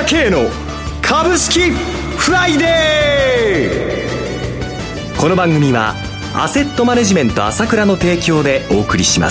倉慶の株式フライデー。この番組はアセットマネジメント朝倉の提供でお送りします。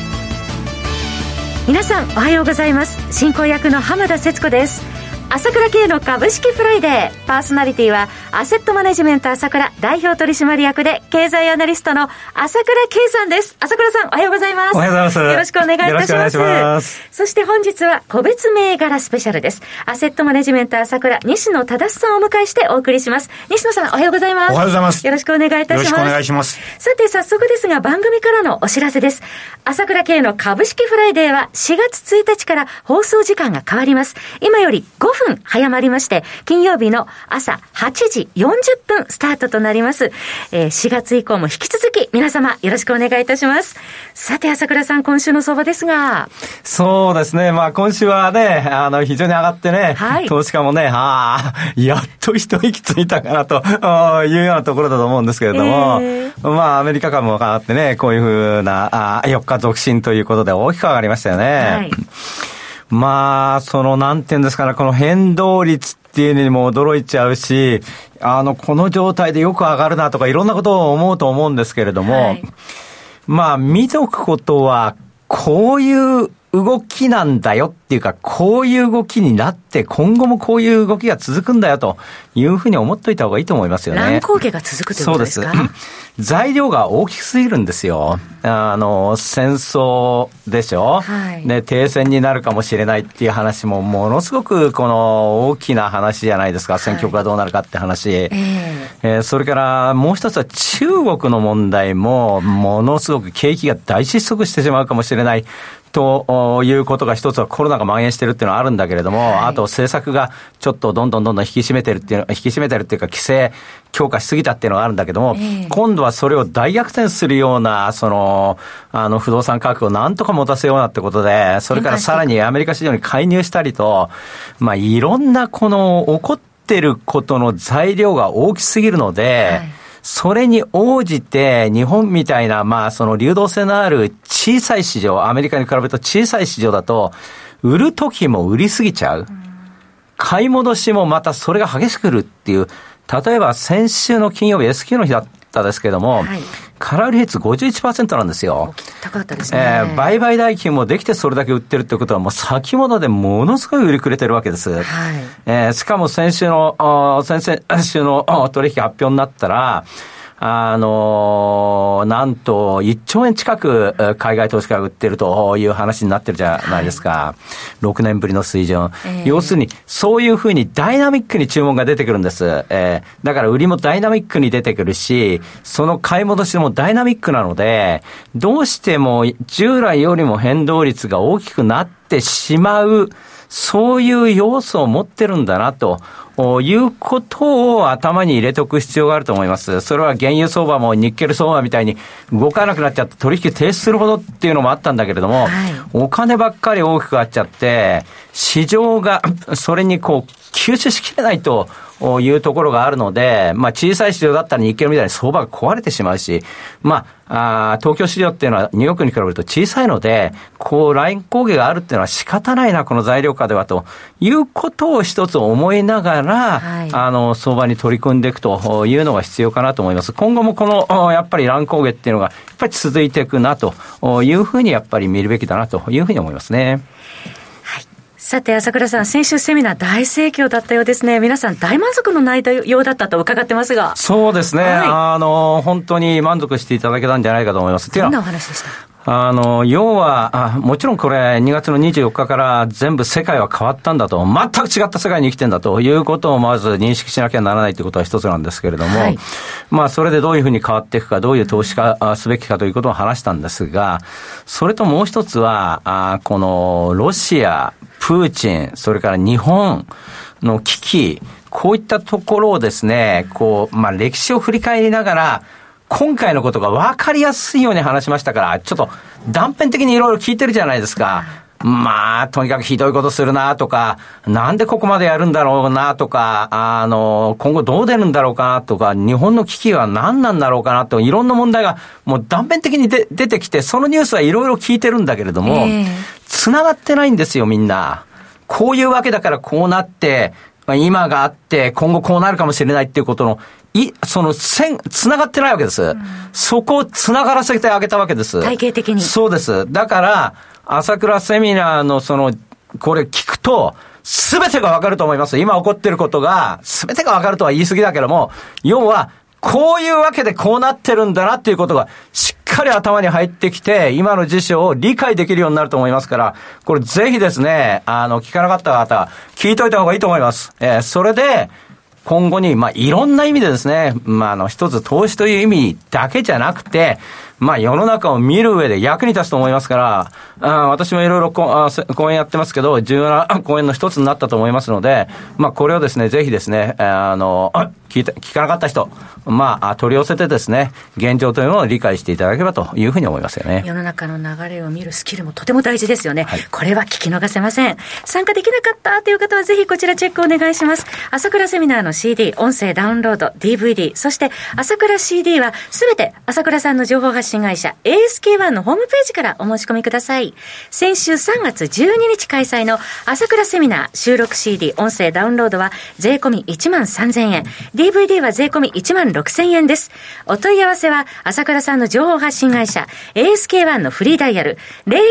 皆さんおはようございます。進行役の浜田節子です。朝倉慶の株式フライデー、パーソナリティはアセットマネジメント朝倉代表取締役で経済アナリストの朝倉慶さんです。朝倉さんおはようございます。 おはようございます。 よろしくお願いいたします。 よろしくお願いします。 そして本日は個別銘柄スペシャルです。アセットマネジメント朝倉西野忠さんをお迎えしてお送りします。西野さんおはようございます。 おはようございます。 よろしくお願いいたします。 よろしくお願いします。 さて早速ですが番組からのお知らせです。朝倉慶の株式フライデーは4月1日から放送時間が変わります。今より5分早まりまして、金曜日の朝8時40分スタートとなります。4月以降も引き続き皆様よろしくお願いいたします。さて朝倉さん、今週の相場ですが。 そうですね、今週はね、非常に上がってね、はい、投資家もね、やっと一息ついたかなというようなところだと思うんですけれども、アメリカ株も上がってね、こういうふうな4日続伸ということで大きく上がりましたよね。はい、なんていうんですかね、この変動率っていうのにも驚いちゃうし、この状態でよく上がるなとかいろんなことを思うと思うんですけれども、はい、見とくことは、こういう動きなんだよっていうか、こういう動きになって今後もこういう動きが続くんだよというふうに思っといた方がいいと思いますよね。 乱高下が続くということですか？ そうです。材料が大きすぎるんですよ。戦争でしょ、はい、ね、停戦になるかもしれないっていう話もものすごくこの大きな話じゃないですか。戦局がどうなるかって話、それからもう一つは中国の問題もものすごく景気が大失速してしまうかもしれないということが一つはコロナが蔓延してるっていうのはあるんだけれども、はい、あと政策がちょっとどんどん引き締めてるっていうか規制強化しすぎたっていうのがあるんだけども、今度はそれを大逆転するような不動産価格をなんとか持たせようなってことで、それからさらにアメリカ市場に介入したりと、いろんなこの起こってることの材料が大きすぎるので、はい、それに応じて日本みたいな流動性のある小さい市場、アメリカに比べると小さい市場だと売る時も売りすぎちゃう、買い戻しもまたそれが激しく売るっていう。例えば先週の金曜日 S q の日だったですけども、はい、空売り率 51% なんですよ。 高かったですね。 売買代金もできてそれだけ売ってるってことはもう先物でものすごい売りくれてるわけです。はい、しかも先週の取引発表になったら、なんと1兆円近く海外投資家が売ってるという話になってるじゃないですか。はい、6年ぶりの水準。要するにそういうふうにダイナミックに注文が出てくるんです。だから売りもダイナミックに出てくるし、その買い戻しもダイナミックなので、どうしても従来よりも変動率が大きくなってしまう、そういう要素を持ってるんだなということを頭に入れておく必要があると思います。それは原油相場もニッケル相場みたいに動かなくなっちゃって取引停止するほどっていうのもあったんだけれども、はい、お金ばっかり大きくなっちゃって市場がそれに吸収しきれないというところがあるので、小さい市場だったらニッケルみたいに相場が壊れてしまうし、東京市場っていうのはニューヨークに比べると小さいので、ライン攻撃があるっていうのは仕方ないな、この材料下ではということを一つ思いながら、はい、相場に取り組んでいくというのが必要かなと思います。今後もこのやっぱり乱高下っていうのがやっぱり続いていくなというふうにやっぱり見るべきだなというふうに思いますね。 さて朝倉さん、先週セミナー大盛況だったようですね。皆さん大満足の内容だったと伺ってますが。 そうですね、はい、本当に満足していただけたんじゃないかと思います。 どんなお話でした？ 要はもちろんこれ2月の24日から全部世界は変わったんだと、全く違った世界に生きてんだということをまず認識しなきゃならないということは一つなんですけれども、はい、それでどういうふうに変わっていくか、どういう投資化すべきかということを話したんですが、それともう一つはこのロシア、プーチン、それから日本の危機、こういったところをですね、歴史を振り返りながら今回のことが分かりやすいように話しましたから、ちょっと断片的にいろいろ聞いてるじゃないですか。とにかくひどいことするなとか、なんでここまでやるんだろうなとか、今後どう出るんだろうかなとか、日本の危機は何なんだろうかなと、いろんな問題がもう断片的に出てきて、そのニュースはいろいろ聞いてるんだけれども、繋がってないんですよ、みんな。 こういうわけだからこうなって、今があって今後こうなるかもしれないっていうことのその繋がってないわけです。そこを繋がらせてあげたわけです。 体系的に。 そうです。だから、朝倉セミナーのこれ聞くと、すべてがわかると思います。今起こってることが、すべてがわかるとは言い過ぎだけども、要は、こういうわけでこうなってるんだなっていうことが、しっかり頭に入ってきて、今の事象を理解できるようになると思いますから、これぜひですね、聞かなかった方、聞いといた方がいいと思います。それで、今後に、いろんな意味でですね、一つ投資という意味だけじゃなくて、世の中を見る上で役に立つと思いますから、私もいろいろ講演やってますけど、重要な講演の一つになったと思いますので、これをですね、ぜひですね、聞かなかった人、取り寄せてですね、現状というのを理解していただければというふうに思いますよね。 世の中の流れを見るスキルもとても大事ですよね。はい、これは聞き逃せません。参加できなかったという方はぜひこちらチェックお願いします。朝倉セミナーの CD、音声ダウンロード、DVD、そして朝倉 CD はすべて朝倉さんの情報発信会社 ASK1 のホームページからお申し込みください。先週3月12日開催の朝倉セミナー収録 CD、音声ダウンロードは税込み13,000円、DVD は税込み16,000円です。お問い合わせは朝倉さんの情報発信会社 ASK1 のフリーダイヤル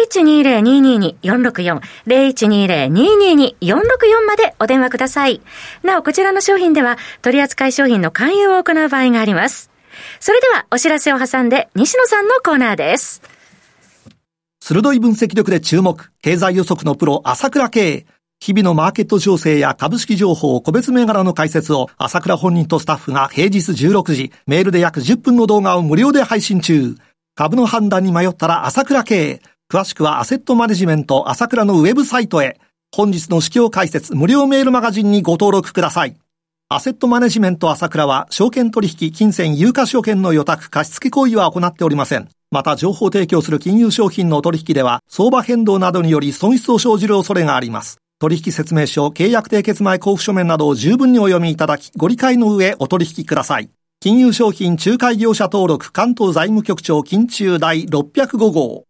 0120-222-464 0120-222-464 までお電話ください。なおこちらの商品では取扱い商品の勧誘を行う場合があります。それではお知らせを挟んで西野さんのコーナーです。 鋭い分析力で注目、経済予測のプロ朝倉慶。日々のマーケット情勢や株式情報、個別銘柄の解説を朝倉本人とスタッフが平日16時、メールで約10分の動画を無料で配信中。株の判断に迷ったら朝倉慶。詳しくはアセットマネジメント朝倉のウェブサイトへ。本日の指標解説無料メールマガジンにご登録ください。アセットマネジメント朝倉は証券取引、金銭、有価証券の予託、貸付行為は行っておりません。また情報提供する金融商品の取引では相場変動などにより損失を生じる恐れがあります。取引説明書、契約締結前交付書面などを十分にお読みいただき、ご理解の上お取引ください。金融商品仲介業者登録関東財務局長金中第605号。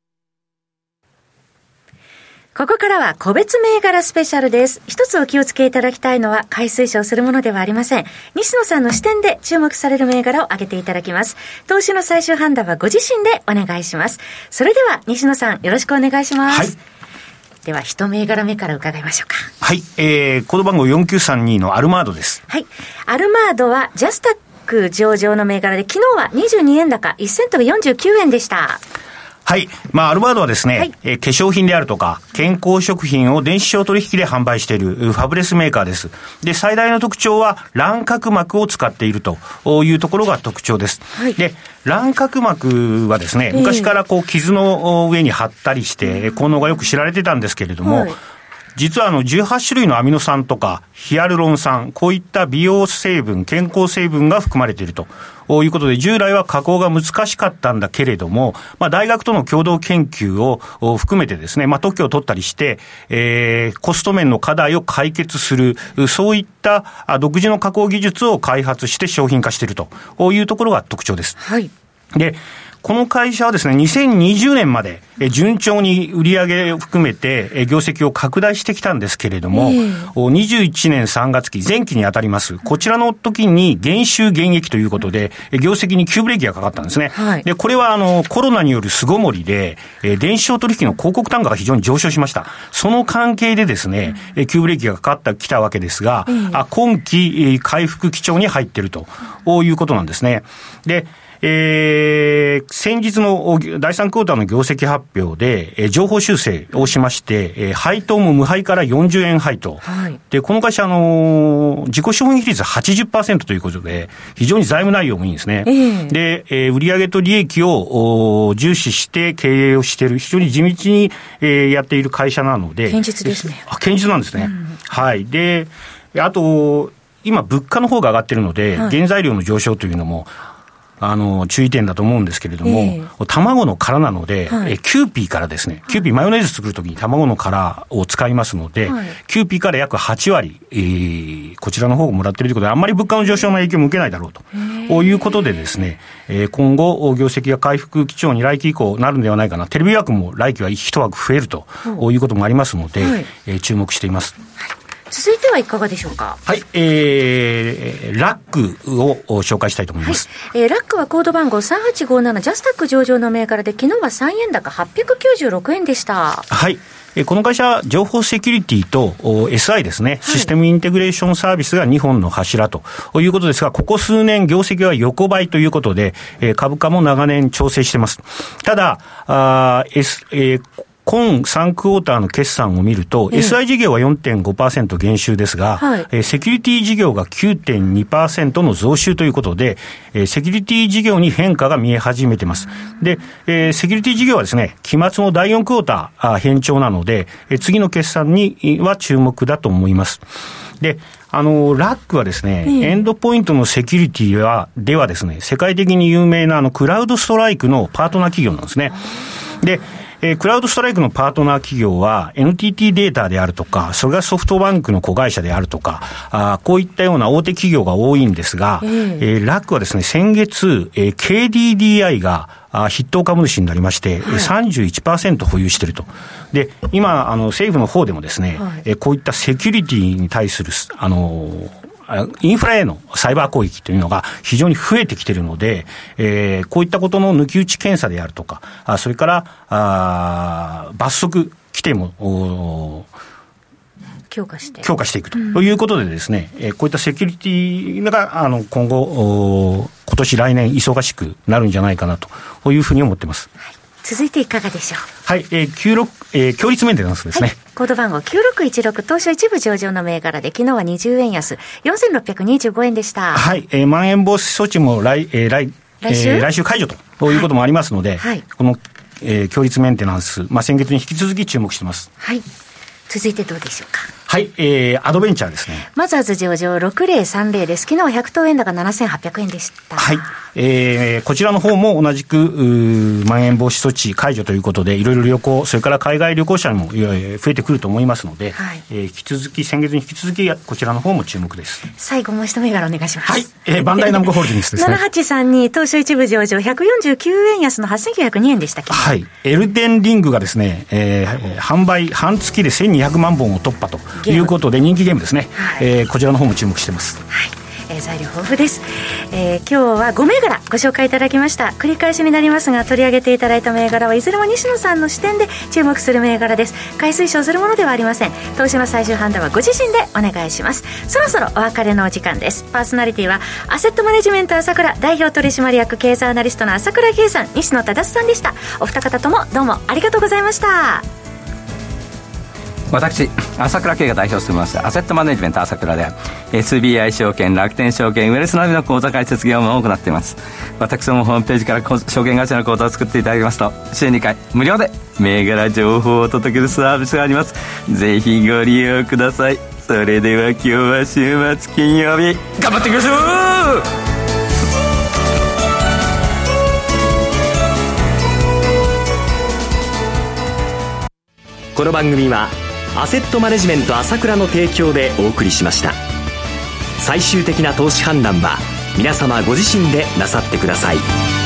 ここからは個別銘柄スペシャルです。一つお気をつけいただきたいのは買い推奨するものではありません。西野さんの視点で注目される銘柄を挙げていただきます。投資の最終判断はご自身でお願いします。それでは西野さんよろしくお願いします。はい、では一銘柄目から伺いましょうか。 はい、コード番号4932のアルマードです。 はい、アルマードはジャスタック上場の銘柄で昨日は22円高1セントが49円でした。 はい。アルバードはですね、化粧品であるとか、健康食品を電子商取引で販売しているファブレスメーカーです。で、最大の特徴は卵殻膜を使っているというところが特徴です。はい、で、卵殻膜はですね、昔から傷の上に貼ったりして、効能がよく知られてたんですけれども、実は18種類のアミノ酸とかヒアルロン酸、こういった美容成分、健康成分が含まれているということで、従来は加工が難しかったんだけれども、大学との共同研究を含めてですね、特許を取ったりして、コスト面の課題を解決する、そういった独自の加工技術を開発して商品化しているというところが特徴です。はい。で、この会社はですね、2020年まで順調に売上を含めて業績を拡大してきたんですけれども、21年3月期、前期にあたります。こちらの時に減収減益ということで、業績に急ブレーキがかかったんですね。はい、で、これはコロナによる巣ごもりで、電子商取引の広告単価が非常に上昇しました。その関係でですね、急ブレーキがかかってきたわけですが、今期回復基調に入っているということなんですね。で、先日の第3クォーターの業績発表で、情報修正をしまして、配当も無配から40円配当。はい、で、この会社、自己資本比率 80% ということで、非常に財務内容もいいんですね。で、売上と利益を重視して経営をしている、非常に地道に、やっている会社なので。 堅実ですね。 堅実なんですね。はい。で、あと、今物価の方が上がっているので、原材料の上昇というのも、 注意点だと思うんですけれども、卵の殻なので、キューピーからですね、キューピーマヨネーズ作るときに卵の殻を使いますので、キューピーから約8割、こちらの方をもらっているということで、あんまり物価の上昇の影響を受けないだろうということでですね、今後、業績が回復基調に来期以降なるんではないかな。テレビ枠も来期は一枠増えるということもありますので、注目しています。 続いてはいかがでしょうか。 はい、ラックを紹介したいと思います。 ラックはコード番号3857ジャスタック上場の銘柄で、昨日は3円高896円でした。 はい。この会社、情報セキュリティと SI ですね、システムインテグレーションサービスが2本の柱ということですが、ここ数年業績は横ばいということで、株価も長年調整しています。ただ、今3クォーターの決算を見ると、SI 事業は 4.5% 減収ですが、セキュリティ事業が 9.2% の増収ということで、セキュリティ事業に変化が見え始めています。で、セキュリティ事業はですね、期末の第4クォーター偏重なので、次の決算には注目だと思います。で、ラックはですね、エンドポイントのセキュリティではですね、世界的に有名なクラウドストライクのパートナー企業なんですね。で、クラウドストライクのパートナー企業は NTT データであるとか、それがソフトバンクの子会社であるとか、こういったような大手企業が多いんですが、ラックはですね、先月、KDDI が筆頭株主になりまして、31% 保有していると。で、今、政府の方でもですね、こういったセキュリティに対する、インフラへのサイバー攻撃というのが非常に増えてきているので、こういったことの抜き打ち検査であるとか、それから罰則規定も強化していくということでですね、こういったセキュリティが今後今年来年忙しくなるんじゃないかなというふうに思っています。 続いていかがでしょう。 はい、強立メンテナンスですね。 コード番号9616東証一部上場の銘柄で、昨日は20円安4625円でした。 はい、まん延防止措置も来週解除ということもありますので、この、強立メンテナンス、先月に引き続き注目しています。 はい。続いてどうでしょうか。 はい、アドベンチャーですね。 マザーズ上場6030です。昨日は100等円高7800円でした。 はい。こちらの方も同じくまん延防止措置解除ということで、いろいろ旅行、それから海外旅行者も増えてくると思いますので、引き続き先月に引き続きこちらの方も注目です。 最後もう一銘柄お願いします。 はい。バンダイナムコホールディングスですね。 7832東証一部上場149円安の8902円でした。 はい。エルデンリングがですね、販売半月で1200万本を突破ということで人気ゲームですね。こちらの方も注目しています。 はい。材料豊富です。今日は5銘柄ご紹介いただきました。繰り返しになりますが、取り上げていただいた銘柄はいずれも西野さんの視点で注目する銘柄です。買い推奨するものではありません。投資の最終判断はご自身でお願いします。そろそろお別れのお時間です。パーソナリティはアセットマネジメント朝倉代表取締役経済アナリストの朝倉圭さん、西野忠さんでした。お二方ともどうもありがとうございました。 私朝倉圭が代表しておりますアセットマネジメント朝倉で SBI 証券、楽天証券、ウェルスナビの口座開設業務を行っています。私どもホームページから証券会社の口座を作っていただきますと、週2回無料で銘柄情報をお届けするサービスがあります。ぜひご利用ください。それでは今日は週末金曜日頑張っていきましょう。 この番組はアセットマネジメント朝倉の提供でお送りしました。最終的な投資判断は皆様ご自身でなさってください。